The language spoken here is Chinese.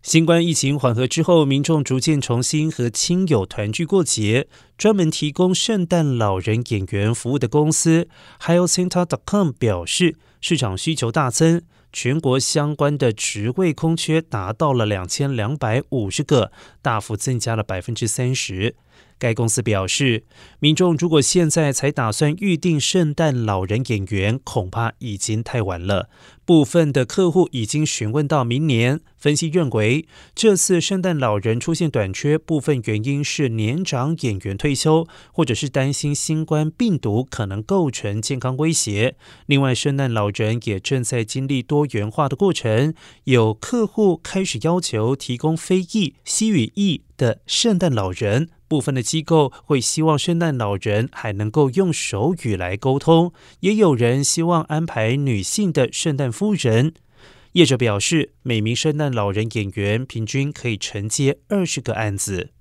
新冠疫情缓和之后，民众逐渐重新和亲友团聚过节。专门提供圣诞老人演员服务的公司 HireSanta.com 表示，市场需求大增，全国相关的职位空缺达到了2250个，大幅增加了30%。该公司表示，民众如果现在才打算预定圣诞老人演员，恐怕已经太晚了。部分的客户已经询问到明年。分析认为，这次圣诞老人出现短缺，部分原因是年长演员退休，或者是担心新冠病毒可能构成健康威胁。另外，圣诞老人也正在经历多元化的过程，有客户开始要求提供非裔、西语裔的圣诞老人。部分的机构会希望圣诞老人还能够用手语来沟通，也有人希望安排女性的圣诞夫人。业者表示，每名圣诞老人演员平均可以承接20个案子。